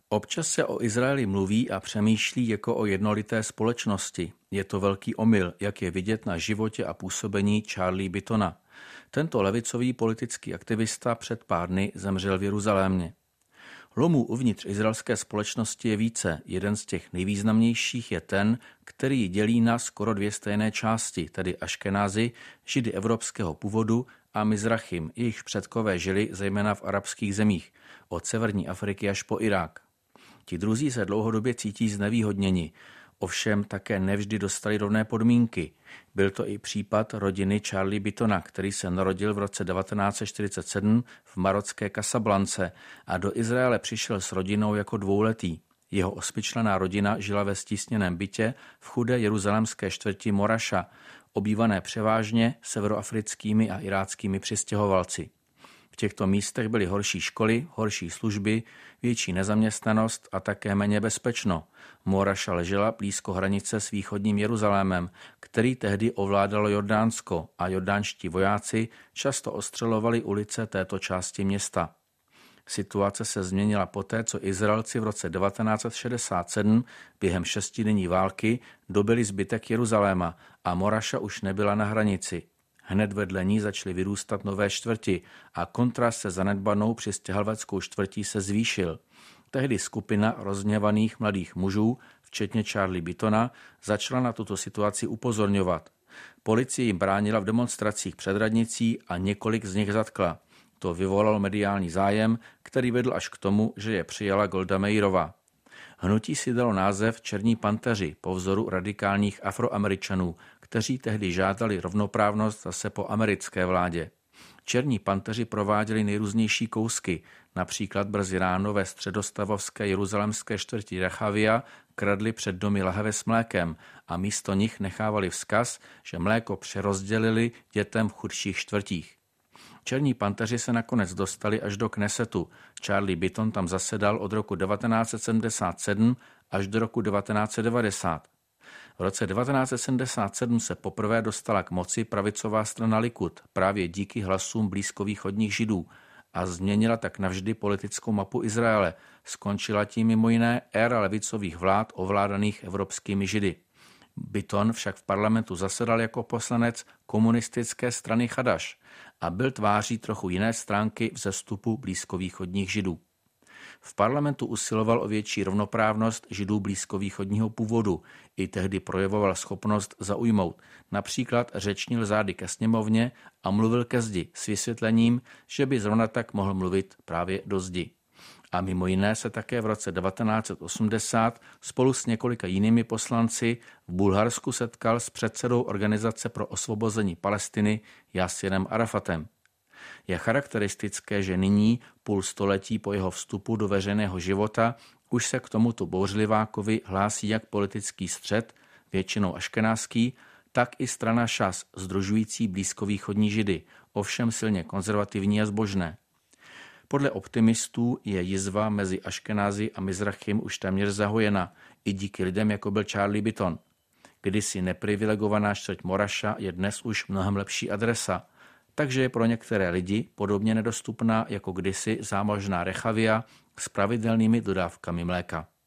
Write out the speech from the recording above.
Občas se o Izraeli mluví a přemýšlí jako o jednolité společnosti. Je to velký omyl, jak je vidět na životě a působení Charlie Bittona. Tento levicový politický aktivista před pár dny zemřel v Jeruzalémě. Lomů uvnitř izraelské společnosti je více. Jeden z těch nejvýznamnějších je ten, který ji dělí na skoro dvě stejné části, tedy Aškenázy, Židy evropského původu, a Mizrachim, jejichž předkové žili zejména v arabských zemích, od severní Afriky až po Irák. Ti druzí se dlouhodobě cítí znevýhodněni, ovšem také nevždy dostali rovné podmínky. Byl to i případ rodiny Charlie Bittona, který se narodil v roce 1947 v marocké Casablance a do Izraele přišel s rodinou jako dvouletý. Jeho 8členná rodina žila ve stísněném bytě v chudé jeruzalémské čtvrti Moraša, obývané převážně severoafrickými a iráckými přistěhovalci. V těchto místech byly horší školy, horší služby, větší nezaměstnanost a také méně bezpečno. Moraša ležela blízko hranice s východním Jeruzalémem, který tehdy ovládalo Jordánsko, a jordánští vojáci často ostřelovali ulice této části města. Situace se změnila poté, co Izraelci v roce 1967 během šestidenní války dobyli zbytek Jeruzaléma a Moraša už nebyla na hranici. Hned vedle ní začaly vyrůstat nové čtvrti a kontrast se zanedbanou přistěhovaleckou čtvrtí se zvýšil. Tehdy skupina rozhněvaných mladých mužů, včetně Charlie Bittona, začala na tuto situaci upozorňovat. Policie jim bránila v demonstracích před radnicí a několik z nich zatkla. To vyvolalo mediální zájem, který vedl až k tomu, že je přijala Golda Meirova. Hnutí si dalo název Černí panteři po vzoru radikálních Afroameričanů, kteří tehdy žádali rovnoprávnost zase po americké vládě. Černí panteři prováděli nejrůznější kousky, například brzy ráno ve středostavovské jeruzalémské čtvrti Rechavia kradli před domy lahve s mlékem a místo nich nechávali vzkaz, že mléko přerozdělili dětem v chudších čtvrtích. Černí panteři se nakonec dostali až do Knesetu. Charlie Bitton tam zasedal od roku 1977 až do roku 1990. V roce 1977 se poprvé dostala k moci pravicová strana Likud právě díky hlasům blízkovýchodních Židů a změnila tak navždy politickou mapu Izraele. Skončila tím mimo jiné éra levicových vlád ovládaných evropskými Židy. Bitton však v parlamentu zasedal jako poslanec komunistické strany Chadaš a byl tváří trochu jiné stránky vzestupu blízkovýchodních Židů. V parlamentu usiloval o větší rovnoprávnost Židů blízkovýchodního původu. I tehdy projevoval schopnost zaujmout. Například řečnil zády ke sněmovně a mluvil ke zdi s vysvětlením, že by zrovna tak mohl mluvit právě do zdi. A mimo jiné se také v roce 1980 spolu s několika jinými poslanci v Bulharsku setkal s předsedou Organizace pro osvobození Palestiny Jasirem Arafatem. Je charakteristické, že nyní, půl století po jeho vstupu do veřejného života, už se k tomuto bouřlivákovi hlásí jak politický střed, většinou aškenáský, tak i strana Šas, sdružující blízkovýchodní Židy, ovšem silně konzervativní a zbožné. Podle optimistů je jizva mezi Aškenázy a Mizrachim už téměř zahojena, i díky lidem, jako byl Charlie Bitton. Kdysi neprivilegovaná čtvrť Moraša je dnes už mnohem lepší adresa, takže je pro některé lidi podobně nedostupná jako kdysi zámožná Rechavia s pravidelnými dodávkami mléka.